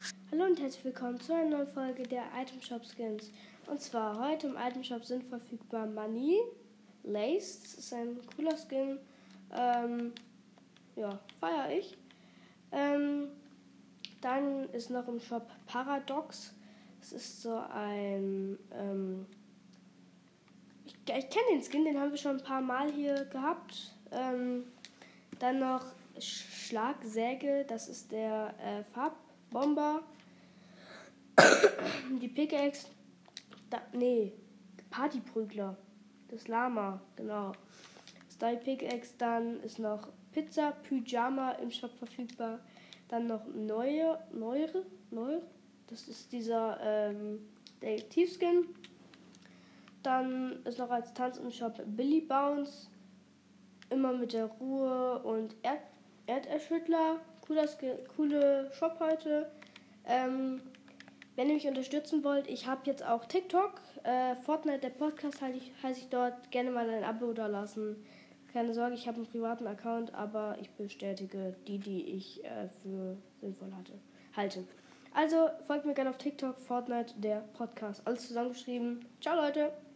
Hallo und herzlich willkommen zu einer neuen Folge der Item Shop Skins. Und zwar heute im Item Shop sind verfügbar Money, Lace, das ist ein cooler Skin, feiere ich. Dann ist noch im Shop Paradox, das ist so ein, ich kenne den Skin, den haben wir schon ein paar Mal hier gehabt. Dann noch Schlagsäge, das ist der Farbbomber. Die Pickaxe, Partyprügler, das Lama, genau. Style Pickaxe, dann ist noch Pizza Pyjama im Shop verfügbar. Dann noch neuere, das ist dieser Detektivskin. Dann ist noch als Tanz im Shop Billy Bounce, immer mit der Ruhe und Erderschüttler, coole Shop heute. Wenn ihr mich unterstützen wollt, ich habe jetzt auch TikTok, Fortnite, der Podcast, heiße ich dort, gerne mal ein Abo da lassen. Keine Sorge, ich habe einen privaten Account, aber ich bestätige die ich für sinnvoll halte. Also folgt mir gerne auf TikTok, Fortnite, der Podcast. Alles zusammengeschrieben. Ciao Leute!